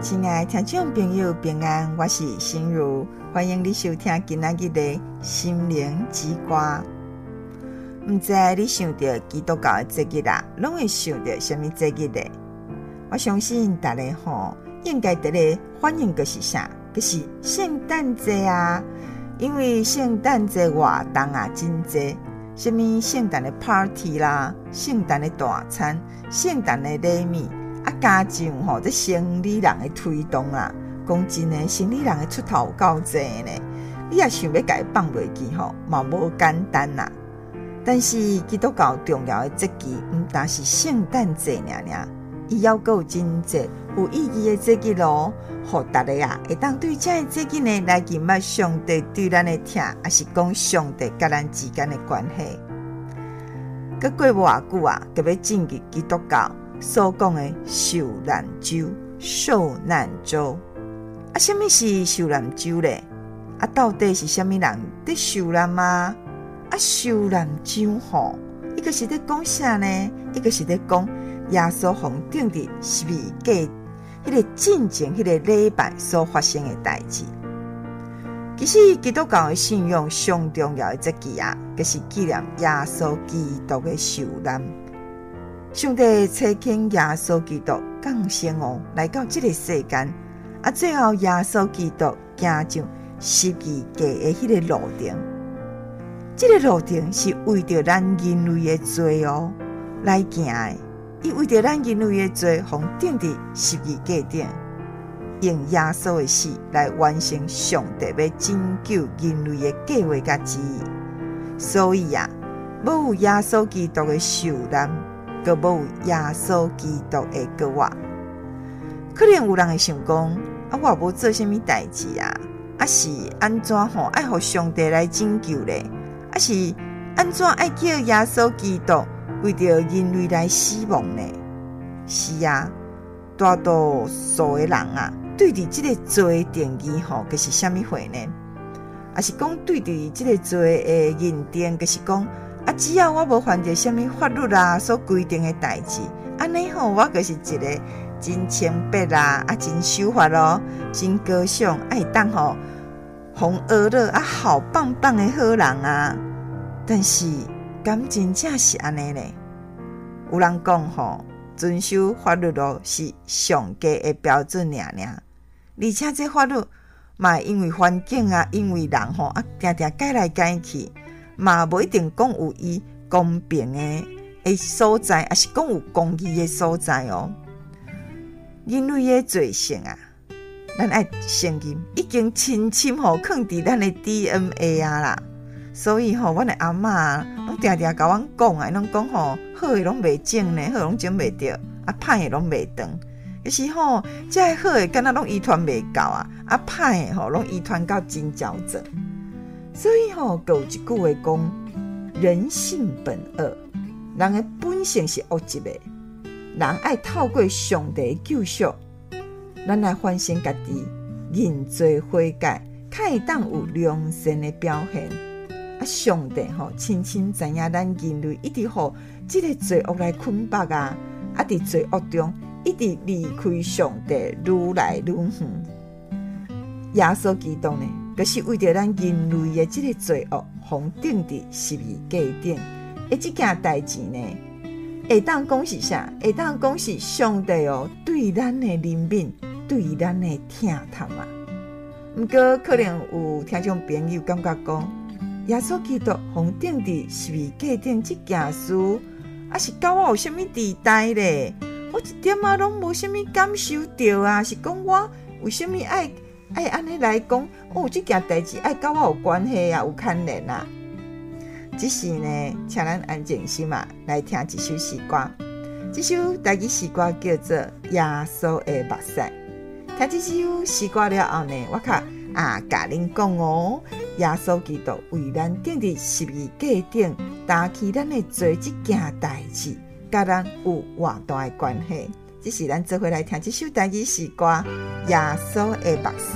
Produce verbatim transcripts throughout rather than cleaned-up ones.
亲爱的听众朋友平安，我是心如，欢迎你收听今仔日的心灵之歌。不知你想到基督教的节日啊，拢会想到什么节日呢？我相信大家吼应该第一个反应就是啥？就是圣诞节啊！因为圣诞节活动啊真多，什么圣诞的 party 啦、圣诞的大餐、圣诞的礼物。啊，加上吼，这生理人的推动啦，讲真诶，生理人的出头有够济呢。你也想要甲伊放袂记吼，嘛无简单啦。但是基督教重要的节期，毋但是圣诞节尔尔，伊还有真济有意义的节日咯。互大家啊，会当对这个节日呢来认识上帝对咱的疼，也是讲上帝甲咱之间的关系。佮过无偌久啊，就要进入基督教所讲的受难周、受难周啊，什么是受难周咧？啊，到底是什么人在受难吗？啊，受难周吼，一个是在讲啥呢？一个是在讲耶稣从顶伫十字架迄个进前迄个礼拜所发生的代志。其实基督教的信仰上重要的节期啊，就是纪念耶稣基督的受难。上帝差遣耶稣基督降生哦，来到这个世间，啊，最后耶稣基督行上十字架的迄个路程，这个路程是为着咱人类的罪哦来行的。伊为着咱人类的罪，从钉伫十字架顶，用耶稣的死来完成上帝要拯救人类的计划甲旨意。所以啊，无有耶稣基督的受难，佮无有耶稣基督的国活。可能有人会想讲，啊，我无做什么代志啊，啊是安怎吼爱互上帝来拯救咧？啊是安怎爱叫耶稣基督为着人类来死亡呢？是啊，大多数的人啊，对伫这个罪的定义吼，就是什么货呢？也是讲对伫这个罪的认定，就是讲啊，只要我无犯着什么法律啊所规定的代志，安尼吼，我就是一个真清白啦，啊，真守法咯，真高尚，爱当吼红娱乐啊，好棒棒的好人啊。但是，敢真正是安尼呢？有人讲吼，遵守法律咯是上佳的标准尔尔，而且这法律嘛因为环境啊，因为人吼啊，定定改来改去，嘛无一定讲有伊公平的的所在，也是讲有公义的所在哦。人类的罪性啊，咱爱承认已经深深吼藏伫咱的 D N A 啊啦。所以吼，阮的阿嬷拢定定甲阮讲啊，拢讲吼，好诶拢袂整呢，好拢整袂着，啊歹诶拢袂长。有时吼，这好诶敢若拢遗传袂到啊，啊歹诶吼拢遗传到真矫正。所以吼，有一句话讲，人性本恶，人诶本性是恶极诶，人爱透过上帝救赎，咱来反省家己，认罪悔改，才会当有良善诶表现。啊，上帝吼，清清知影咱人类一直互这个罪恶来捆绑啊，啊，伫罪恶中一直离开上帝，愈来愈远。耶稣基督呢，就是为着咱人类的这个罪恶，互钉伫十字架顶。而这件代志呢，会当讲是啥？会当讲是上帝哦，对咱的怜悯，对咱的疼痛啊。毋过可能有听众朋友感觉讲，耶稣基督互钉伫十字架顶这件事，啊是甲我有啥物地带咧？我一点仔拢无啥物感受到啊！是讲我为什么爱爱安尼来讲？哦，这件代志爱甲我有关系啊，有牵连啊！只是呢，请咱安静心啊，来听一首诗歌。这首台语诗歌叫做《耶稣的目屎》。听这首诗歌了后呢，我较啊，甲恁讲哦，耶稣基督为咱钉伫十字架顶，担起咱的罪这件代志，甲咱有偌大的关系。这是咱做伙来听这首台语诗歌《耶稣的目屎》。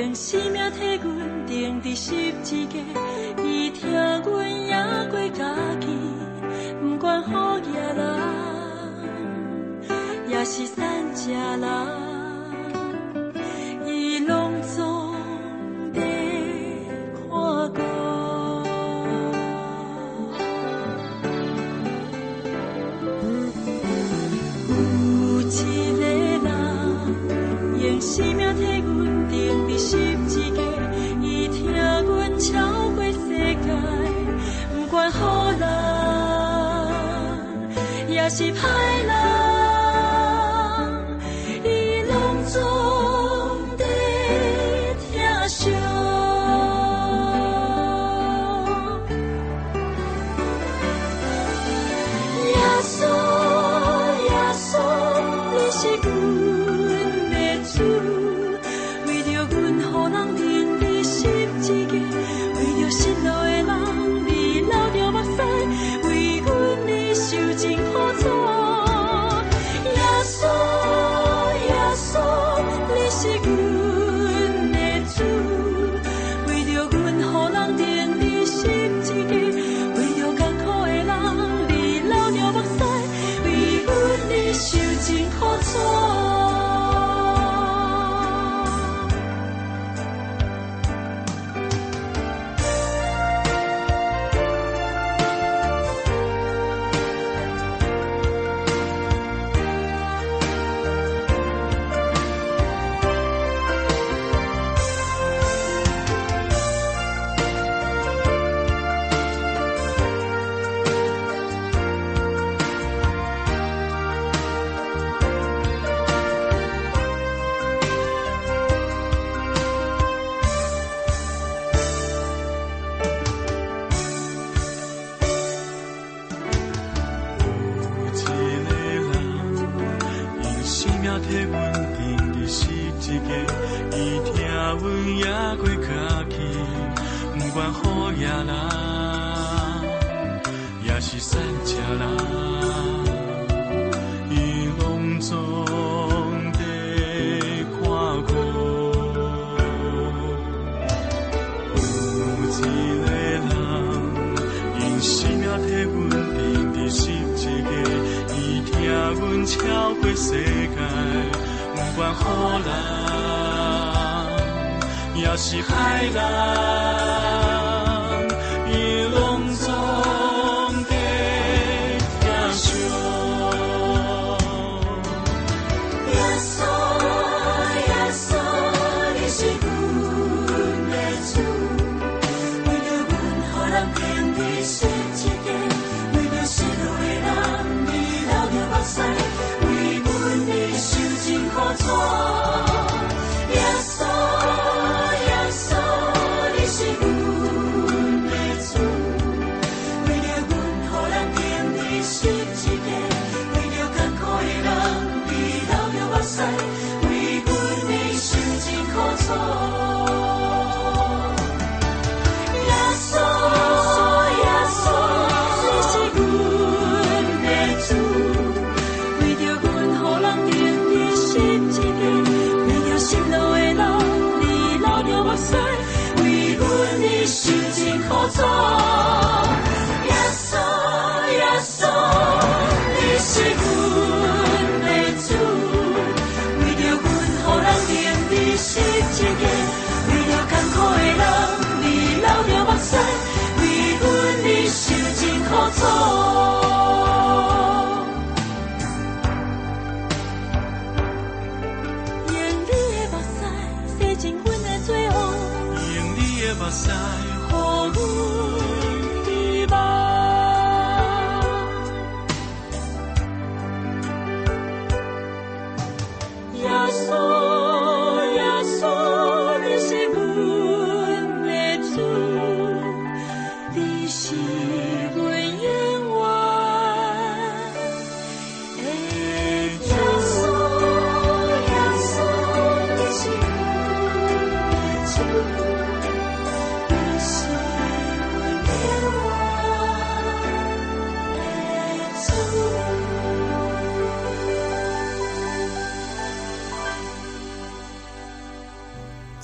用生命替阮钉伫十字架，伊听阮也过家己，不管好野人，也是善食人，伊拢总在看顾。有一个人用生命替阮钉伫十字架，伊听阮超过世界，不管好人也是歹人。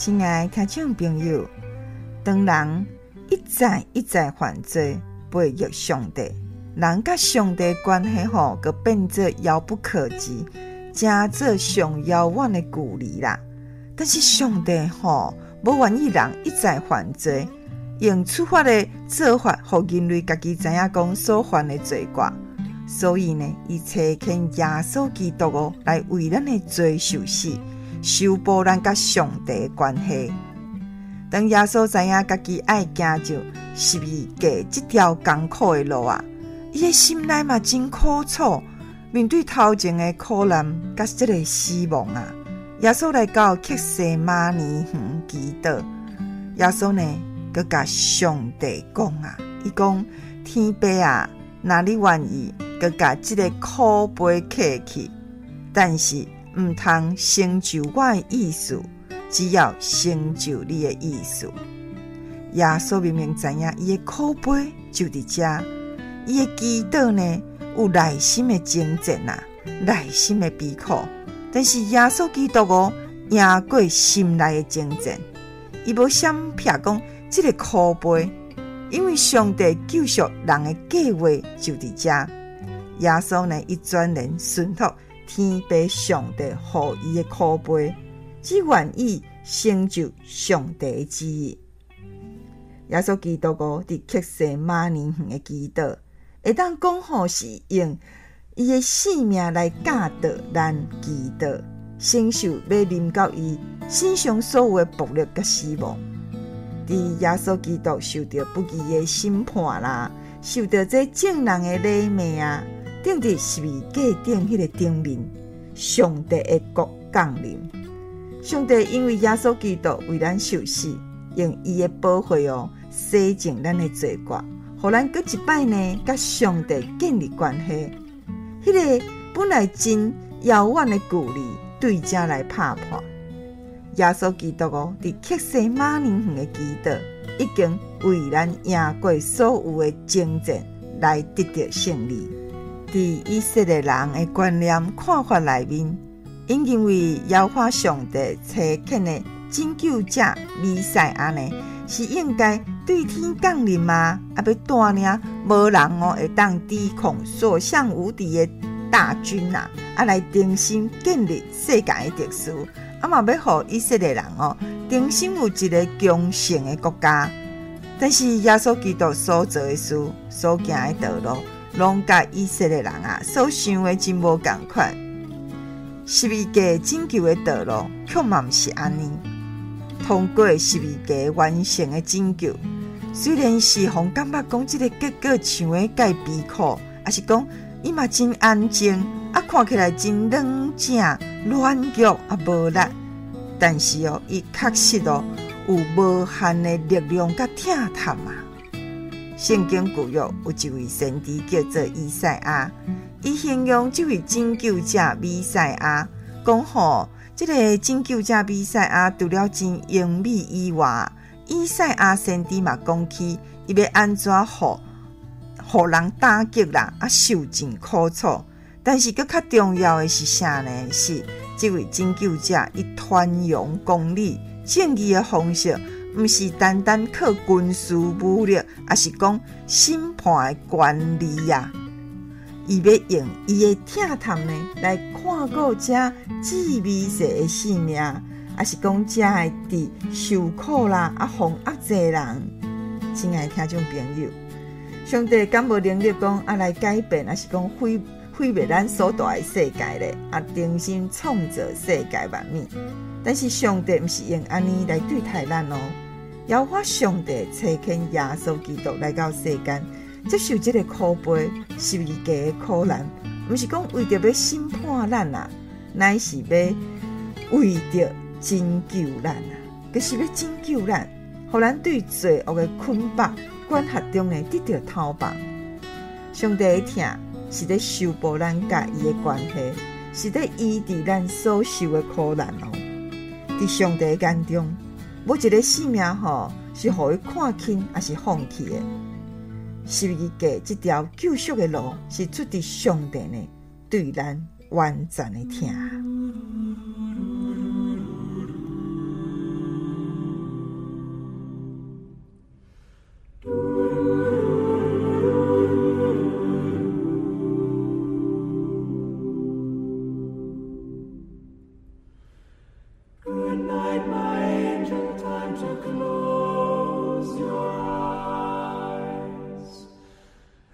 亲爱的听众朋友，当人一再一再犯罪背逆上帝，人甲上帝关系吼，佮变做遥不可及，真做上遥远的距离啦。但是上帝吼，无愿意人一再犯罪，用处罚的做法，互人类家己知影讲所犯的罪过。所以呢，伊差遣耶稣基督哦，来为咱的罪受死，修补咱甲上帝的关系。当耶稣知影家己爱行就十字架这条艰苦的路啊，伊的心内嘛真苦楚，面对头前的苦难甲这个死亡啊，耶稣来到克西马尼园祈祷。耶稣呢，佮甲上帝讲啊，伊讲天父啊，若你愿意，佮甲这个苦杯摕去，但是毋通成就我的意思，只要成就你的意思。耶稣明明知影伊的苦杯就伫遮，伊的祈祷呢有内心的挣扎啊，内心的悲苦，但是耶稣基督哦赢过心内的挣扎，伊无闪避讲这个苦杯，因为上帝救赎人的计划就伫遮。耶稣呢，伊专然顺服天父上帝予伊的苦杯，只愿意成就上帝的旨意。耶稣基督哦，伫克西马尼园的祈祷，会当讲吼是用伊的性命来教导咱祈祷，承受要临到伊身上所有的暴力甲死亡。伫耶稣基督受到不义的审判啦，受到这正人的勒骂啊，顶伫十字架顶迄个顶面，上帝的国降临。上帝因为耶稣基督为咱受死，用伊的宝血哦洗净咱的罪过，互咱搁一摆呢，甲上帝建立关系。迄、那个本来真遥远的距离，对遮来拍破。耶稣基督哦，伫克西马尼园的祈祷，已经为咱赢过所有的征战，来得到胜利。伫以色列人的观念看法内面，因认为耶和华上帝差遣的拯救者弥赛亚呢，是应该对天降临吗？啊，要带领无人哦会当抵抗所向无敌的大军啊，啊来重新建立世界的秩序。啊嘛要互以色列人哦，重新有一个强盛的国家。但是耶稣基督所做的事、所行的道路，拢甲以色列人啊所想的真无共款。十字架拯救的道路，却嘛毋是安尼。通过十字架完成的拯救，虽然是互感觉讲这个结果像的介悲苦，还是讲伊嘛真安静，啊看起来真冷静、软弱啊无力，但是哦，伊确实哦有无限的力量甲疼痛啊。圣经旧约有一位先知叫做以赛亚，伊形容这位拯救者弥赛亚，讲吼，这个拯救者弥赛亚除了真英美以外，以赛亚先知嘛讲起，伊要安怎互互人打击啦，啊受尽苦楚。但是佫较重要的是啥呢？是这位拯救者伊传扬公理、正义的方式，毋是单单靠军事武力，而是讲审判的权利啊。伊要用伊的疼痛呢，来看顾这至微细的性命，还是讲这会伫受苦啦、啊妨压济人。亲爱的听众朋友，上帝敢无能力讲啊来改变，还是讲毁毁灭咱所住的世界咧？啊，重新创造世界万物。但是上帝毋是用安尼来对待咱哦。耶和华上帝差遣耶稣基督来到世间，接受这个苦杯、十字架的苦难，毋是讲为着要审判咱啊，乃是要为着拯救咱啊，就是要拯救咱，互咱对罪恶的捆绑管辖中呢得到逃跑。上帝的疼是在修补咱甲伊的关系，是在医治咱所受的苦难哦。伫上帝眼中，无一个性命吼是互伊看轻，还是放弃的。十字架这条救赎的路，是出自上帝呢对咱完全的疼。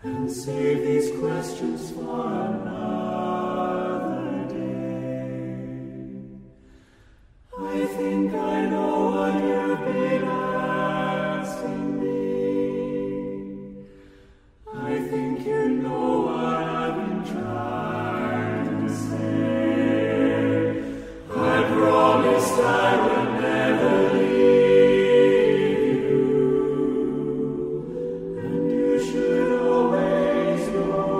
and save these questions for another day. I think I know what you've been asking me. I think you know what I've been trying to say. I promised I would never leave you, and you should always know,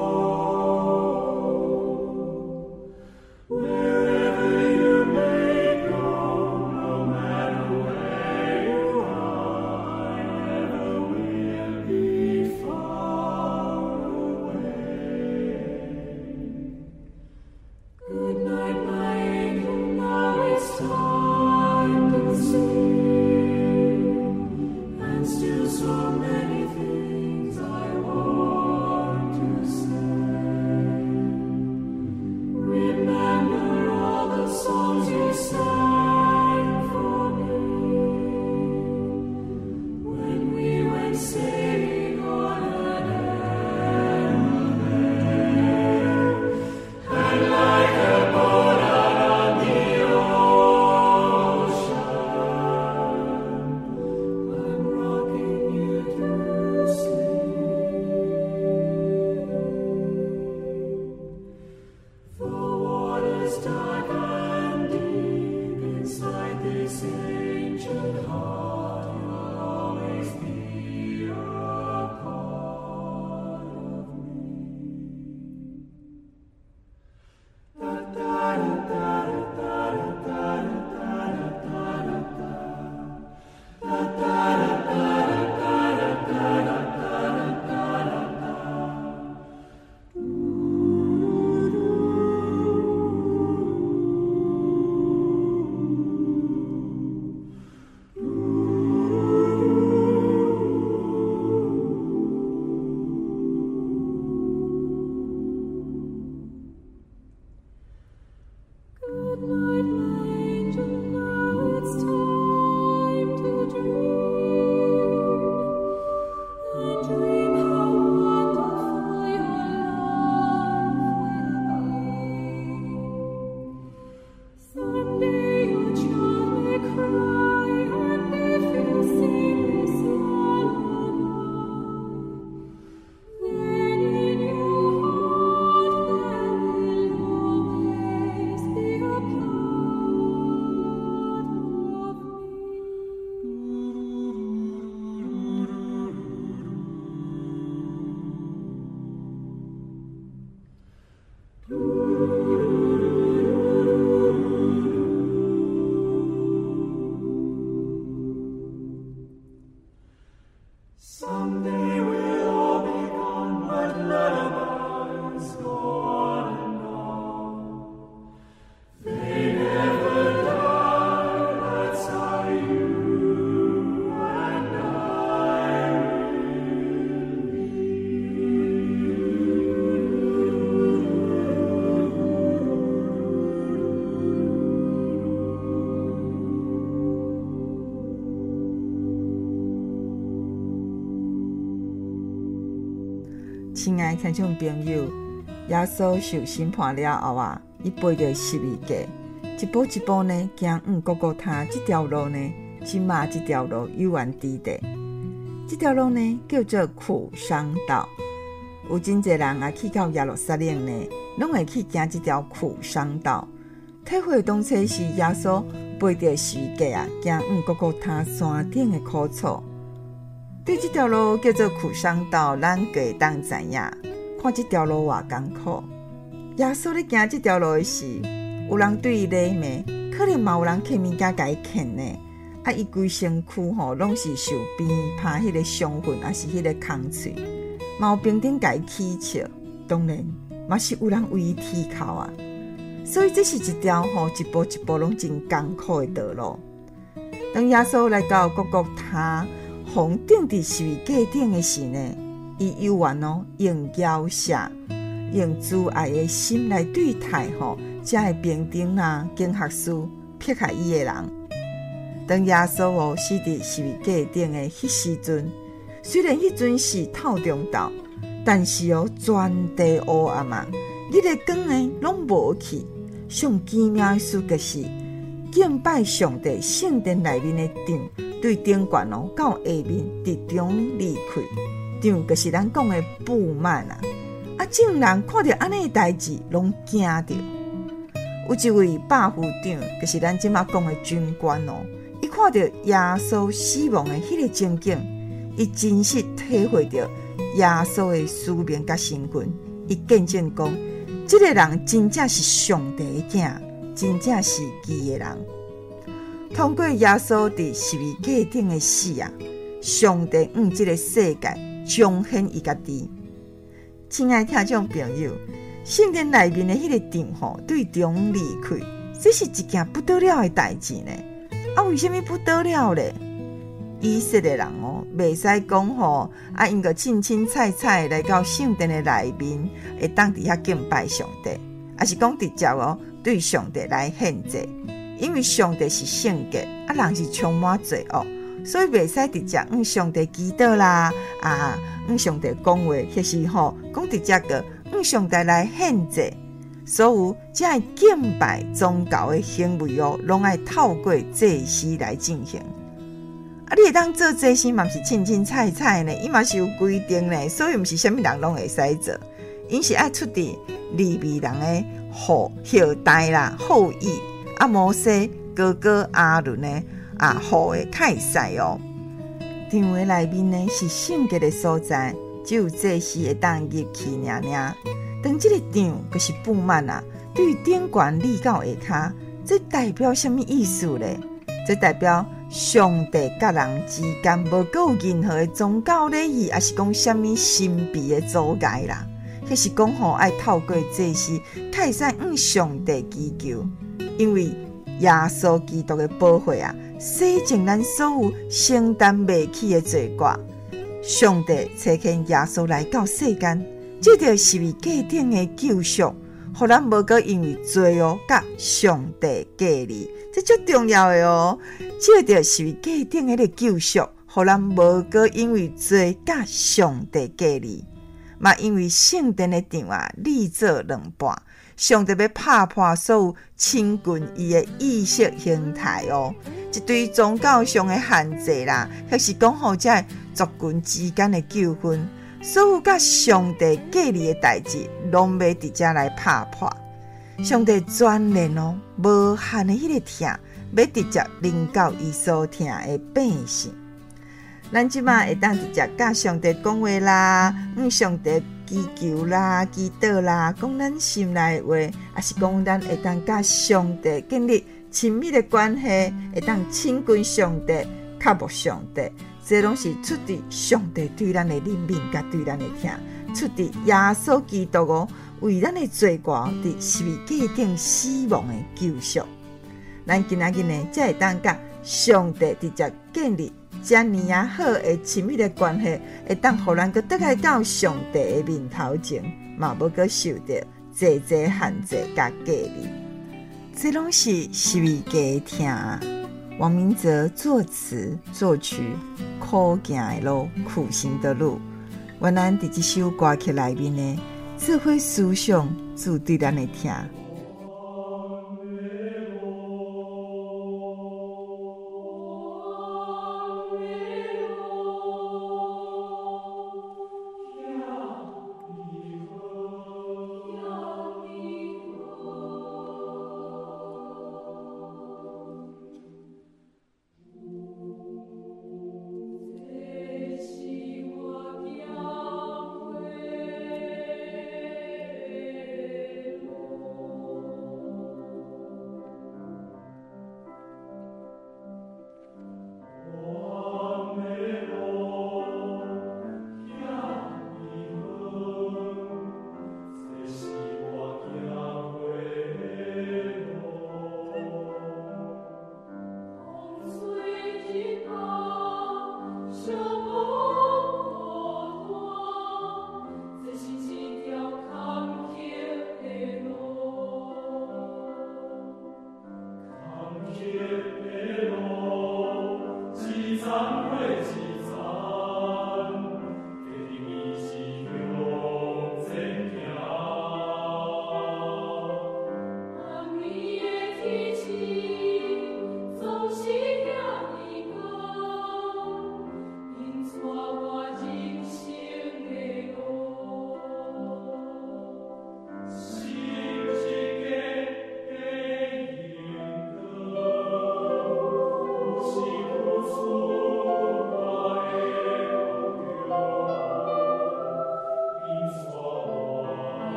wherever you may go, no matter where you are, I never will be far away. Good night, my angel, now it's time to sleep, and still so many things I want to say. Remember all the songs you sang for me when we went sailing on an air, and like a boat out on the ocean, I'm rocking you to sleep. The water's dark and deep inside this ancient heart. You'll always be a part of me. Da da da da da da da da da da Good night, my angel, now it's time to dream, and dream how wonderful your life will be. Someday your child may cry, and if you sing this lullaby, then in your heart there will always be a part of me. Someday we'll all be gone, but lullabies go on and on. They never die, that's how you and I will be. 亲爱的听众朋友，耶稣受审判了后啊，伊背着十字架，一步一步呢行往各各他这条路呢，即马这条路有缘之地。这条路呢叫做苦伤道。有真侪人啊去到耶路撒冷呢，拢会去行这条苦伤道，体会当初是耶稣背着十字架啊，行往各各他山顶的苦楚。对这条路叫做苦伤道，咱各会当知影，看这条路偌艰苦。耶稣咧行这条路的时，有人对伊勒骂，可能嘛有人摕物件甲伊啃呢。啊，伊规身躯吼拢是受鞭拍迄个伤痕，也是迄个空喙，嘛有兵丁甲伊起笑，当然嘛是有人为伊剃头啊。所以这是一条吼一步一步拢真艰苦的道路。当耶稣来到各各他红顶伫十字架顶的时呢，伊有缘哦，用摇下，用慈爱的心来对待吼，这个兵丁啊、经学士、迫害伊的人。当耶稣哦死伫十字架顶的迄时阵，虽然迄阵是透中道， 但是哦，全地黑暗嘛，日的光呢拢无去。上奇妙的事就是敬拜上帝圣殿内面的场，对顶悬哦到下面伫中离开，场就是咱讲的布幔啊。啊，众人看到安尼的代志，拢惊着。有一位百夫长，就是咱即马讲的军官哦，伊看到耶稣死亡的迄个情景，伊真实体会到耶稣的使命甲身份，伊见证讲，这个人真正是上帝的囝，真正是奇的人。通过耶稣伫十字架顶的死啊，上帝向这个世界彰显伊家己。亲爱听众朋友，圣殿内面的迄个场吼，对中离开，这是一件不得了的代志呢。啊，为什么不得了呢？以色列人哦，袂使讲吼，啊，因个凊凊彩彩来到圣殿的内面，会当伫遐敬拜上帝，啊是讲直接哦对上帝来献祭，因为上帝是圣洁，啊人是充满罪恶，所以袂使直接向上帝祈祷啦，啊向上帝讲话，迄时吼讲直接个向上帝来献祭。所有这样敬拜宗教的行为哦，拢爱透过祭司来进行。啊，你会当做祭司嘛，是凊凊彩彩呢，伊嘛是有规定呢，所以毋是啥物人拢会使做。因是爱出伫利未人的后后代啦、后裔。啊，摩西哥哥阿伦呢，啊后的较会使哦。场的内面呢是圣洁的所在，只有祭司会当入去尔尔。当这个场就是布幔啊，对于顶悬立到下骹，这代表什么意思呢？这代表上帝甲人之间无有任何的宗教礼仪，也是讲什么神秘的阻碍啦。迄是讲吼，爱透过祭司，才会使向上帝祈求，因为耶稣基督的宝血啊，洗净咱所有承担袂起的罪过。上帝差遣耶稣来到世间，这就是十字架顶的救赎，互咱无过因为罪恶甲上帝隔离，这最重要的哦。这就是十字架顶的个救赎，互咱无过因为罪甲上帝隔离。嘛，因为圣殿的场啊，立做两半，上帝要拍破所有亲近伊的意识形态哦，一堆宗教上的限制啦，或是讲好这族群之间的纠纷，所有甲上帝隔离的代志，拢要直接来拍破。上帝专连哦，无限的迄个疼，要直接临到伊所疼的百姓。咱即马会当直接甲上帝讲话啦，向上帝祈求啦、祈祷啦，讲咱心内的话，也是讲咱会当甲上帝建立亲密的关系，会当亲近上帝、靠慕上帝，这拢是出自上帝对咱的怜悯甲对咱的疼，出自耶稣基督哦为咱的罪过伫十字架顶死亡的救赎。咱今仔日呢，才会当甲上帝直接建立这尼啊好的亲密的关系，会当互咱个倒来到上帝的面头前，嘛无个受到济济限制甲隔离。这拢是十字架的疼。王明哲作词作曲，苦行的路，苦行的路。原来伫这首歌曲内面呢，智慧思想自对咱的疼。 我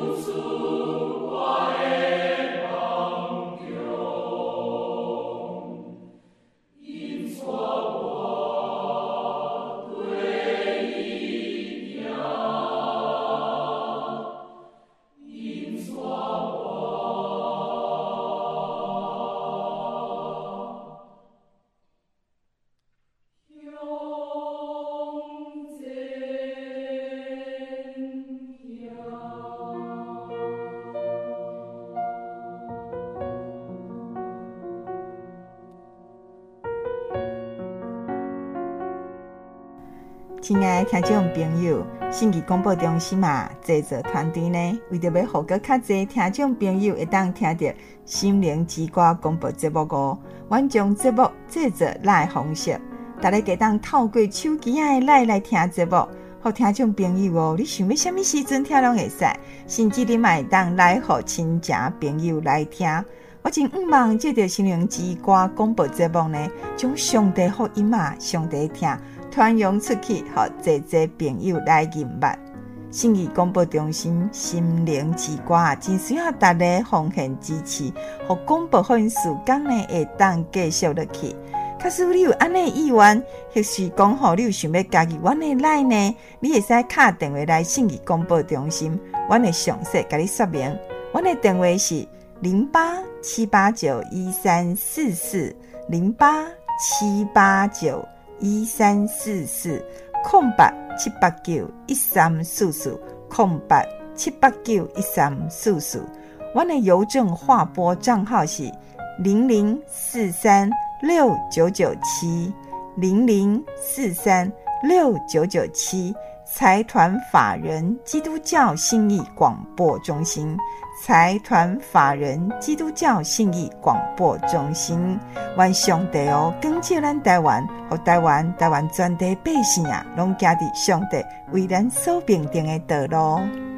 亲爱的听众朋友，信义广播中心嘛，制作团队呢，为着要互个较侪听众朋友会当听到心灵之歌广播节目哦，阮将节目制作来方式，大家可当透过手机仔的来来听节目。互听众朋友哦，你想要什么时阵听拢会使，甚至你嘛会当来互亲情朋友来听。我真毋望借着心灵之歌广播节目呢，将上帝福音啊，上帝听。传扬出去，予侪侪朋友来认捌。信义广播中心心灵之歌真需要大家奉献支持，予广播福音事工呢会当继续落去。假使你有安尼意愿，或是讲吼你有想要加入阮的来呢，你会使打电话来信义广播中心，阮会详细甲你说明。阮的电话是零八七八九一三四四零八七八九。一三四四空八七八九一三四四空八七八九一三四四，我的邮政划拨账号是零零四三六九九七零零四三六九九七。财团法人基督教信义广播中心，财团法人基督教信义广播中心，愿上帝哦，光照咱台湾，和台湾台湾全体百姓啊，拢行伫上帝为咱所命定的道路。